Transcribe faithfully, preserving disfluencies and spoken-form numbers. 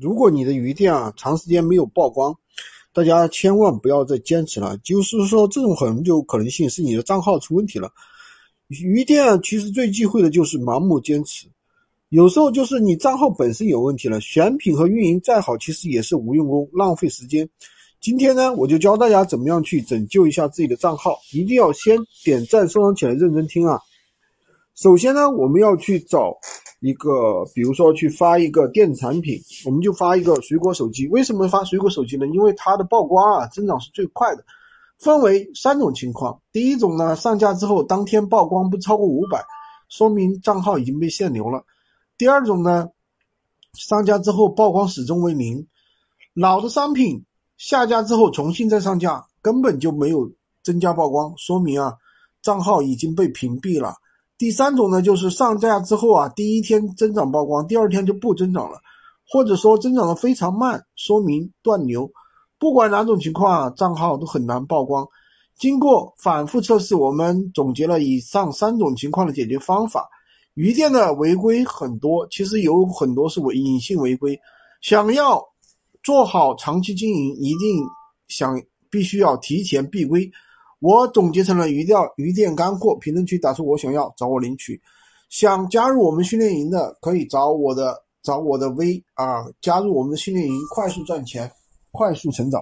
如果你的鱼店啊长时间没有曝光，大家千万不要再坚持了。就是说这种很有可能性是你的账号出问题了。鱼店啊其实最忌讳的就是盲目坚持，有时候就是你账号本身有问题了，选品和运营再好其实也是无用功，浪费时间。今天呢我就教大家怎么样去拯救一下自己的账号，一定要先点赞收藏起来认真听啊。首先呢我们要去找一个，比如说去发一个电子产品，我们就发一个水果手机。为什么发水果手机呢？因为它的曝光啊增长是最快的。分为三种情况，第一种呢，上架之后当天曝光不超过五百，说明账号已经被限流了。第二种呢，上架之后曝光始终为零，老的商品下架之后重新再上架，根本就没有增加曝光，说明啊账号已经被屏蔽了。第三种呢，就是上架之后啊第一天增长曝光，第二天就不增长了，或者说增长的非常慢，说明断流。不管哪种情况啊，账号都很难曝光。经过反复测试，我们总结了以上三种情况的解决方法。鱼店的违规很多，其实有很多是违隐性违规。想要做好长期经营，一定想必须要提前避规。我总结成了鱼店鱼店干货，评论区打出我想要，找我领取。想加入我们训练营的，可以找我的找我的微啊，加入我们的训练营，快速赚钱，快速成长。